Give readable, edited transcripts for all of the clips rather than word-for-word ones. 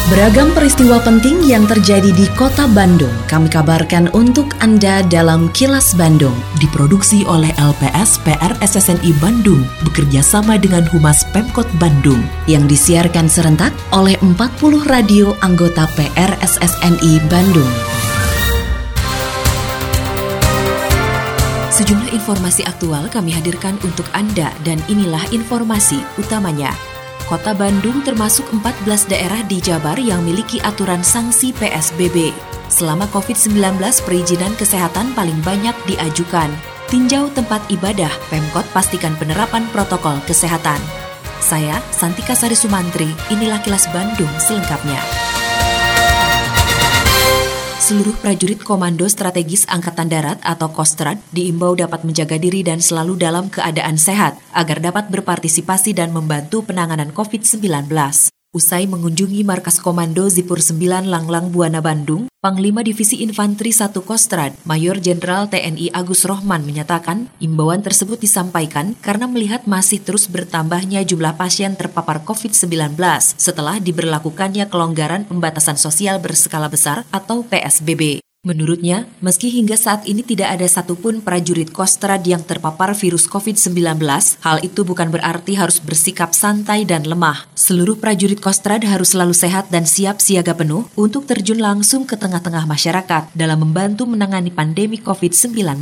Beragam peristiwa penting yang terjadi di Kota Bandung kami kabarkan untuk Anda dalam Kilas Bandung. Diproduksi oleh LPS PR SSNI Bandung bekerja sama dengan Humas Pemkot Bandung yang disiarkan serentak oleh 40 radio anggota PR SSNI Bandung. Sejumlah informasi aktual kami hadirkan untuk Anda dan inilah informasi utamanya. Kota Bandung termasuk 14 daerah di Jabar yang memiliki aturan sanksi PSBB. Selama COVID-19, perizinan kesehatan paling banyak diajukan. Tinjau tempat ibadah, Pemkot pastikan penerapan protokol kesehatan. Saya, Santika Sari Sumantri, inilah Kilas Bandung selengkapnya. Seluruh prajurit Komando Strategis Angkatan Darat atau Kostrad diimbau dapat menjaga diri dan selalu dalam keadaan sehat agar dapat berpartisipasi dan membantu penanganan COVID-19. Usai mengunjungi markas Komando Zipur 9 Langlang Buana Bandung, Panglima Divisi Infanteri 1 Kostrad, Mayor Jenderal TNI Agus Rohman menyatakan imbauan tersebut disampaikan karena melihat masih terus bertambahnya jumlah pasien terpapar COVID-19 setelah diberlakukannya kelonggaran pembatasan sosial berskala besar atau PSBB. Menurutnya, meski hingga saat ini tidak ada satupun prajurit Kostrad yang terpapar virus COVID-19, hal itu bukan berarti harus bersikap santai dan lemah. Seluruh prajurit Kostrad harus selalu sehat dan siap siaga penuh untuk terjun langsung ke tengah-tengah masyarakat dalam membantu menangani pandemi COVID-19.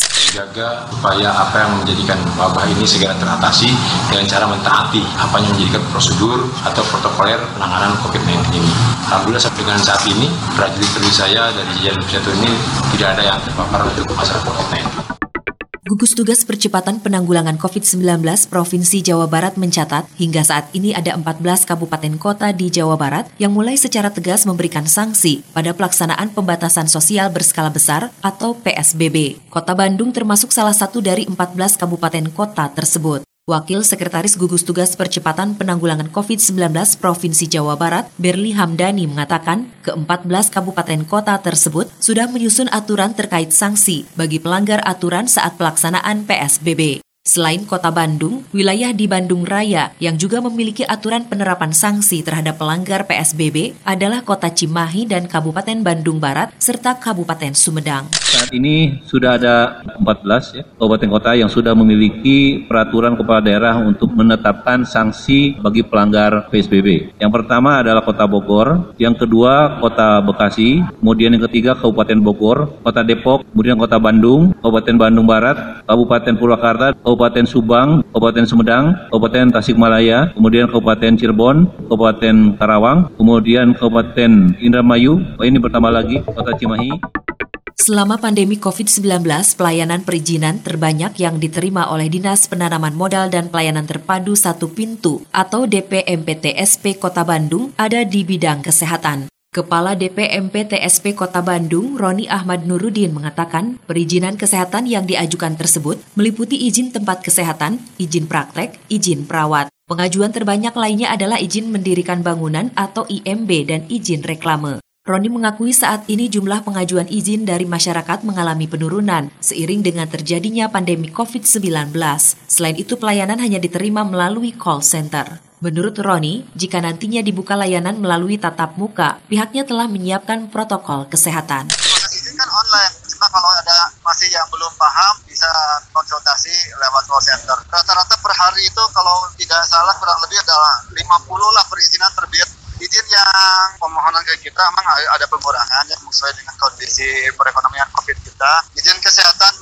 Jaga supaya apa yang menjadikan wabah ini segera teratasi dengan cara mentaati apa yang menjadikan prosedur atau protokoler penanganan COVID-19 ini. Alhamdulillah sampai dengan saat ini prajurit saya dari jajaran Satu ini tidak ada yang terpapar untuk masalah COVID-19. Gugus Tugas Percepatan Penanggulangan COVID-19 Provinsi Jawa Barat mencatat hingga saat ini ada 14 kabupaten kota di Jawa Barat yang mulai secara tegas memberikan sanksi pada pelaksanaan pembatasan sosial berskala besar atau PSBB. Kota Bandung termasuk salah satu dari 14 kabupaten kota tersebut. Wakil Sekretaris Gugus Tugas Percepatan Penanggulangan COVID-19 Provinsi Jawa Barat, Berli Hamdani mengatakan, ke-14 kabupaten kota tersebut sudah menyusun aturan terkait sanksi bagi pelanggar aturan saat pelaksanaan PSBB. Selain Kota Bandung, wilayah di Bandung Raya yang juga memiliki aturan penerapan sanksi terhadap pelanggar PSBB adalah Kota Cimahi dan Kabupaten Bandung Barat serta Kabupaten Sumedang. Saat ini sudah ada 14 kabupaten kota yang sudah memiliki peraturan kepala daerah untuk menetapkan sanksi bagi pelanggar PSBB. Yang pertama adalah Kota Bogor, yang kedua Kota Bekasi, kemudian yang ketiga Kabupaten Bogor, Kota Depok, kemudian Kota Bandung, Kabupaten Bandung Barat, Kabupaten Purwakarta, Kabupaten Subang, Kabupaten Sumedang, Kabupaten Tasikmalaya, kemudian Kabupaten Cirebon, Kabupaten Karawang, kemudian Kabupaten Indramayu, ini bertambah lagi Kota Cimahi. Selama pandemi COVID-19, pelayanan perizinan terbanyak yang diterima oleh Dinas Penanaman Modal dan Pelayanan Terpadu Satu Pintu atau DPMPTSP Kota Bandung ada di bidang kesehatan. Kepala DPMPTSP Kota Bandung, Roni Ahmad Nurudin mengatakan perizinan kesehatan yang diajukan tersebut meliputi izin tempat kesehatan, izin praktek, izin perawat. Pengajuan terbanyak lainnya adalah izin mendirikan bangunan atau IMB dan izin reklame. Roni mengakui saat ini jumlah pengajuan izin dari masyarakat mengalami penurunan seiring dengan terjadinya pandemi COVID-19. Selain itu, pelayanan hanya diterima melalui call center. Menurut Roni, jika nantinya dibuka layanan melalui tatap muka, pihaknya telah menyiapkan protokol kesehatan. Proses izin kan online, cuma kalau ada masih yang belum paham bisa konsultasi lewat call center. Rata-rata per hari itu kalau tidak salah kurang lebih adalah 50 lah perizinan terbit. Izin yang pemohonan ke kita memang ada pengurangan yang sesuai dengan kondisi perekonomian COVID kita. Izin kesehatan,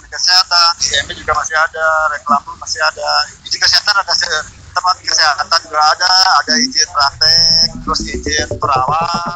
IMB juga masih ada, reklame masih ada. Izin kesehatan ada tempat kesehatan juga ada izin praktek, terus izin perawat.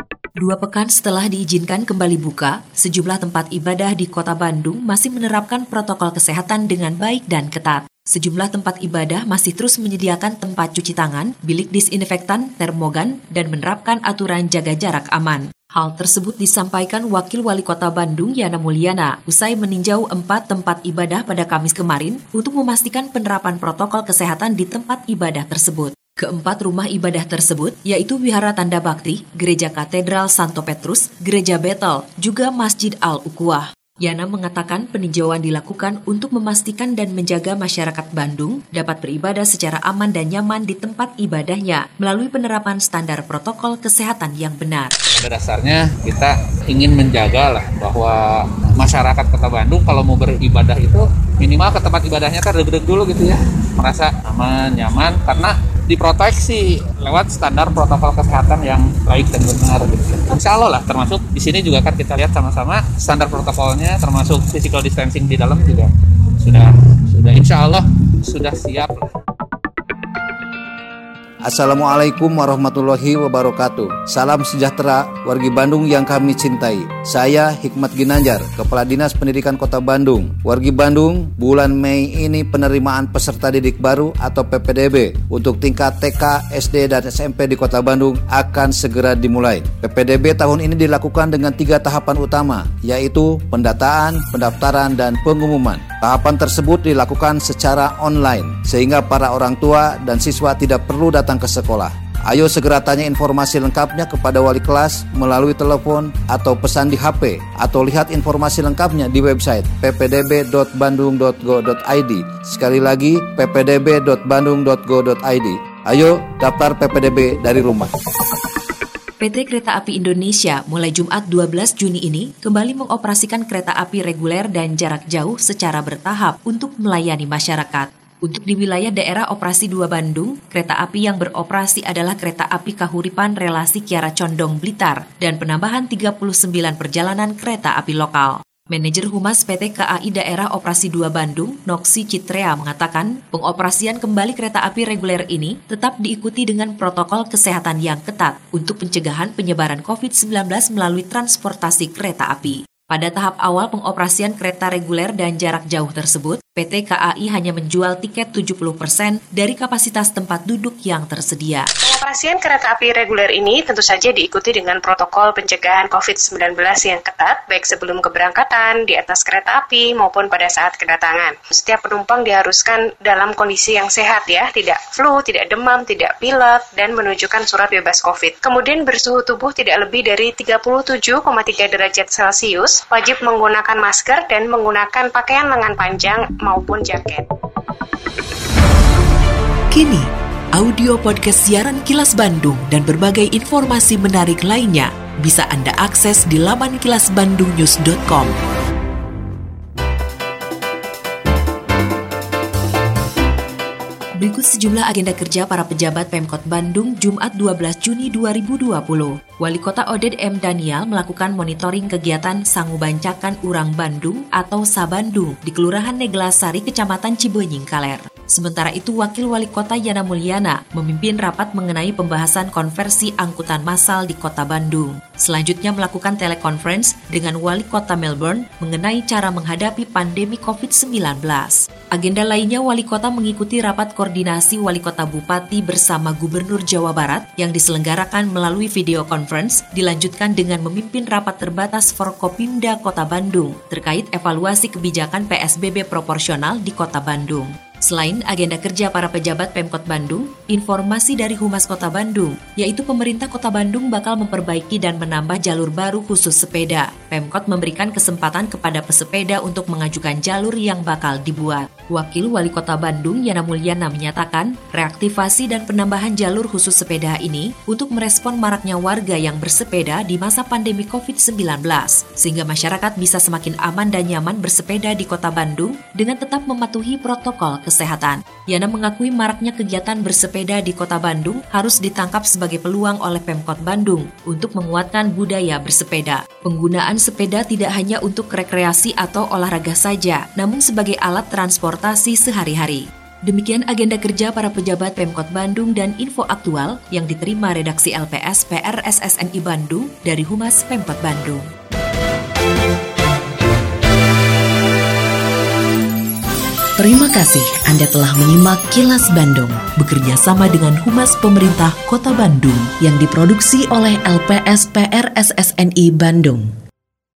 2 pekan setelah diizinkan kembali buka, sejumlah tempat ibadah di Kota Bandung masih menerapkan protokol kesehatan dengan baik dan ketat. Sejumlah tempat ibadah masih terus menyediakan tempat cuci tangan, bilik disinfektan, termogan, dan menerapkan aturan jaga jarak aman. Hal tersebut disampaikan Wakil Wali Kota Bandung Yana Mulyana usai meninjau 4 tempat ibadah pada Kamis kemarin untuk memastikan penerapan protokol kesehatan di tempat ibadah tersebut. Keempat rumah ibadah tersebut yaitu Wihara Tanda Bakti, Gereja Katedral Santo Petrus, Gereja Betel, juga Masjid Al-Uquwah. Yana mengatakan peninjauan dilakukan untuk memastikan dan menjaga masyarakat Bandung dapat beribadah secara aman dan nyaman di tempat ibadahnya melalui penerapan standar protokol kesehatan yang benar. Pada dasarnya kita ingin menjaga lah bahwa masyarakat Kota Bandung kalau mau beribadah itu minimal ke tempat ibadahnya kan deg-deg dulu gitu ya, merasa aman, nyaman karena diproteksi lewat standar protokol kesehatan yang baik dan benar gitu. Insya Allah lah, termasuk di sini juga kan kita lihat sama-sama standar protokolnya, termasuk physical distancing di dalam juga sudah insya Allah sudah siap lah. Assalamualaikum warahmatullahi wabarakatuh. Salam sejahtera wargi Bandung yang kami cintai. Saya Hikmat Ginanjar, Kepala Dinas Pendidikan Kota Bandung. Wargi Bandung, bulan Mei ini penerimaan peserta didik baru atau PPDB untuk tingkat TK, SD, dan SMP di Kota Bandung akan segera dimulai. PPDB tahun ini dilakukan dengan 3 tahapan utama, yaitu pendataan, pendaftaran, dan pengumuman. Tahapan tersebut dilakukan secara online, sehingga para orang tua dan siswa tidak perlu datang ke sekolah. Ayo segera tanya informasi lengkapnya kepada wali kelas melalui telepon atau pesan di HP, atau lihat informasi lengkapnya di website ppdb.bandung.go.id. Sekali lagi, ppdb.bandung.go.id. Ayo daftar PPDB dari rumah. PT Kereta Api Indonesia mulai Jumat 12 Juni ini kembali mengoperasikan kereta api reguler dan jarak jauh secara bertahap untuk melayani masyarakat. Untuk di wilayah daerah operasi 2 Bandung, kereta api yang beroperasi adalah kereta api Kahuripan relasi Kiara Condong Blitar dan penambahan 39 perjalanan kereta api lokal. Manajer Humas PT KAI Daerah Operasi 2 Bandung, Noksi Citrea, mengatakan pengoperasian kembali kereta api reguler ini tetap diikuti dengan protokol kesehatan yang ketat untuk pencegahan penyebaran COVID-19 melalui transportasi kereta api. Pada tahap awal pengoperasian kereta reguler dan jarak jauh tersebut, PT KAI hanya menjual tiket 70% dari kapasitas tempat duduk yang tersedia. Pengoperasian kereta api reguler ini tentu saja diikuti dengan protokol pencegahan COVID-19 yang ketat, baik sebelum keberangkatan, di atas kereta api, maupun pada saat kedatangan. Setiap penumpang diharuskan dalam kondisi yang sehat ya, tidak flu, tidak demam, tidak pilek, dan menunjukkan surat bebas COVID. Kemudian bersuhu tubuh tidak lebih dari 37,3 derajat Celcius, wajib menggunakan masker dan menggunakan pakaian lengan panjang maupun jaket. Kini, audio podcast siaran Kilas Bandung dan berbagai informasi menarik lainnya bisa Anda akses di laman kilasbandungnews.com. Berikut sejumlah agenda kerja para pejabat Pemkot Bandung Jumat 12 Juni 2020. Wali Kota Oded M. Daniel melakukan monitoring kegiatan Sangu Bancakan Urang Bandung atau Sabandung di Kelurahan Neglasari, Kecamatan Cibenying, Kaler. Sementara itu, Wakil Wali Kota Yana Mulyana memimpin rapat mengenai pembahasan konversi angkutan massal di Kota Bandung. Selanjutnya melakukan telekonferensi dengan Wali Kota Melbourne mengenai cara menghadapi pandemi COVID-19. Agenda lainnya, Wali Kota mengikuti rapat koordinasi Wali Kota Bupati bersama Gubernur Jawa Barat yang diselenggarakan melalui video conference, dilanjutkan dengan memimpin rapat terbatas Forkopimda Kota Bandung terkait evaluasi kebijakan PSBB proporsional di Kota Bandung. Selain agenda kerja para pejabat Pemkot Bandung, informasi dari Humas Kota Bandung, yaitu pemerintah Kota Bandung bakal memperbaiki dan menambah jalur baru khusus sepeda. Pemkot memberikan kesempatan kepada pesepeda untuk mengajukan jalur yang bakal dibuat. Wakil Wali Kota Bandung Yana Mulyana menyatakan, reaktivasi dan penambahan jalur khusus sepeda ini untuk merespon maraknya warga yang bersepeda di masa pandemi COVID-19, sehingga masyarakat bisa semakin aman dan nyaman bersepeda di Kota Bandung dengan tetap mematuhi protokol kesehatan. Yana mengakui maraknya kegiatan bersepeda di Kota Bandung harus ditangkap sebagai peluang oleh Pemkot Bandung untuk menguatkan budaya bersepeda. Penggunaan sepeda tidak hanya untuk rekreasi atau olahraga saja, namun sebagai alat transportasi sehari-hari. Demikian agenda kerja para pejabat Pemkot Bandung dan info aktual yang diterima redaksi LPS PRSSNI Bandung dari Humas Pemkot Bandung. Terima kasih Anda telah menyimak Kilas Bandung bekerja sama dengan Humas Pemerintah Kota Bandung yang diproduksi oleh LPS PRSSNI Bandung.